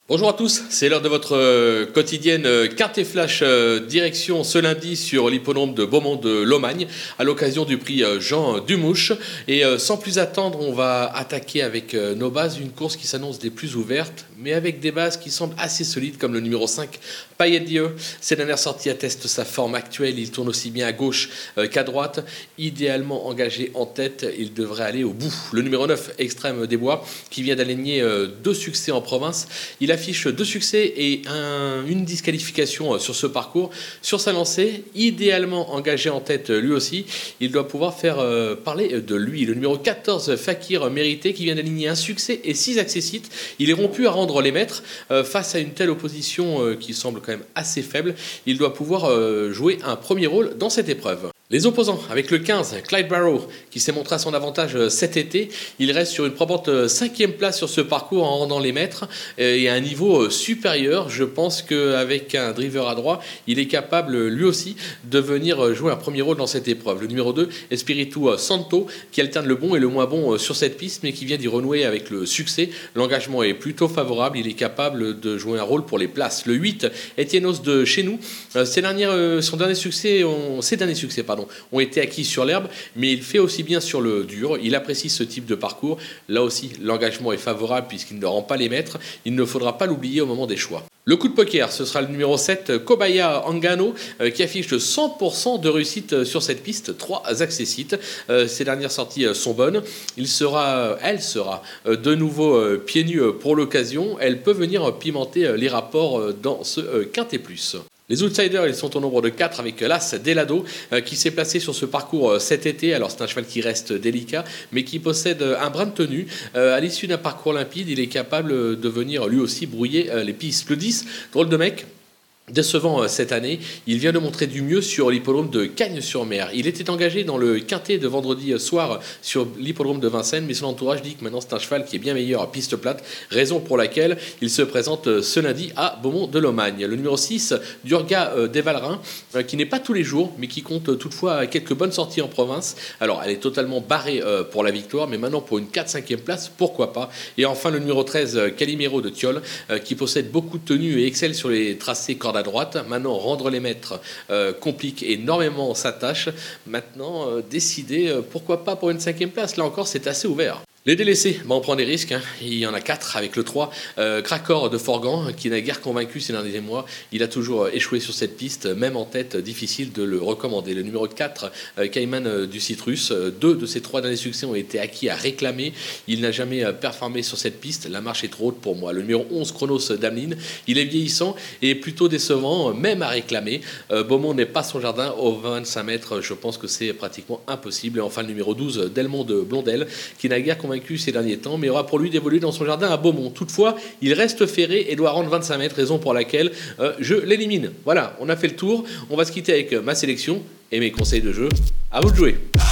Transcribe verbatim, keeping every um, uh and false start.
Bonjour à tous, c'est l'heure de votre euh, quotidienne euh, Quintet Flash euh, direction ce lundi sur l'hippodrome de Beaumont de Lomagne à l'occasion du prix euh, Jean Dumouche. Et euh, sans plus attendre, on va attaquer avec euh, nos bases une course qui s'annonce des plus ouvertes, mais avec des bases qui semblent assez solides comme le numéro cinq, Payet Dieu. Ses dernières sorties attestent sa forme actuelle, il tourne aussi bien à gauche euh, qu'à droite. Idéalement engagé en tête, il devrait aller au bout. Le numéro neuf, Extrême des Bois, qui vient d'aligner euh, deux succès en province, il a affiche deux succès et un, une disqualification sur ce parcours. Sur sa lancée, idéalement engagé en tête lui aussi, il doit pouvoir faire euh, parler de lui. Le numéro quatorze, Fakir Mérité, qui vient d'aligner un succès et six accessites. Il est rompu à rendre les maîtres. Euh, face à une telle opposition euh, qui semble quand même assez faible, il doit pouvoir euh, jouer un premier rôle dans cette épreuve. Les opposants, avec le quinze, Clyde Barrow, qui s'est montré à son avantage cet été, il reste sur une probante cinquième place sur ce parcours en rendant les maîtres et à un niveau supérieur. Je pense qu'avec un driver à droit, il est capable lui aussi de venir jouer un premier rôle dans cette épreuve. Le numéro deux, Espiritu Santo, qui alterne le bon et le moins bon sur cette piste, mais qui vient d'y renouer avec le succès. L'engagement est plutôt favorable, il est capable de jouer un rôle pour les places. Le huit, Etienne Os de chez nous, ses dernières, son dernier succès, on, ses derniers succès, pardon, ont été acquis sur l'herbe, mais il fait aussi bien sur le dur. Il apprécie ce type de parcours. Là aussi, l'engagement est favorable puisqu'il ne rend pas les maîtres. Il ne faudra pas l'oublier au moment des choix. Le coup de poker, ce sera le numéro sept, Kobaya Angano, euh, qui affiche cent pour cent de réussite sur cette piste, trois accessites. Euh, ces dernières sorties euh, sont bonnes. Il sera, elle sera euh, de nouveau euh, pieds nus euh, pour l'occasion. Elle peut venir pimenter euh, les rapports euh, dans ce euh, Quintet Plus. Les outsiders, ils sont au nombre de quatre avec l'As Delado euh, qui s'est placé sur ce parcours euh, cet été. Alors c'est un cheval qui reste délicat mais qui possède un brin de tenue. Euh, à l'issue d'un parcours limpide, il est capable de venir lui aussi brouiller euh, les pistes. Le dix, drôle de mec. Décevant cette année, il vient de montrer du mieux sur l'hippodrome de Cagnes-sur-Mer. Il était engagé dans le quintet de vendredi soir sur l'hippodrome de Vincennes, mais son entourage dit que maintenant c'est un cheval qui est bien meilleur à piste plate, raison pour laquelle il se présente ce lundi à Beaumont de Lomagne. Le numéro six, Durga des Vallerins, qui n'est pas tous les jours, mais qui compte toutefois quelques bonnes sorties en province. Alors elle est totalement barrée pour la victoire, mais maintenant pour une quatre cinquième place, pourquoi pas. Et enfin le numéro treize, Calimero de Thiol, qui possède beaucoup de tenue et excelle sur les tracés cordes à droite. Maintenant, rendre les maîtres euh, complique énormément sa tâche. Maintenant, euh, décider, euh, pourquoi pas pour une cinquième place. Là encore, c'est assez ouvert. Les délaissés, bah on prend des risques, hein. Il y en a quatre avec le trois, euh, Krakor de Forgan, qui n'a guère convaincu ces derniers mois. Il a toujours échoué sur cette piste, même en tête, difficile de le recommander. Le numéro quatre, euh, Cayman euh, du Citrus, euh, deux de ses trois derniers succès ont été acquis à réclamer. Il n'a jamais euh, performé sur cette piste, la marche est trop haute pour moi. Le numéro onze, Chronos d'Ameline, il est vieillissant et plutôt décevant, même à réclamer. Euh, Beaumont n'est pas son jardin, aux vingt-cinq mètres, je pense que c'est pratiquement impossible. Et enfin le numéro douze, Delmont de Blondel, qui n'a guère convaincu ces derniers temps, mais aura pour lui d'évoluer dans son jardin à Beaumont. Toutefois, il reste ferré et doit rendre vingt-cinq mètres, raison pour laquelle euh, je l'élimine. Voilà, on a fait le tour. On va se quitter avec ma sélection et mes conseils de jeu. À vous de jouer.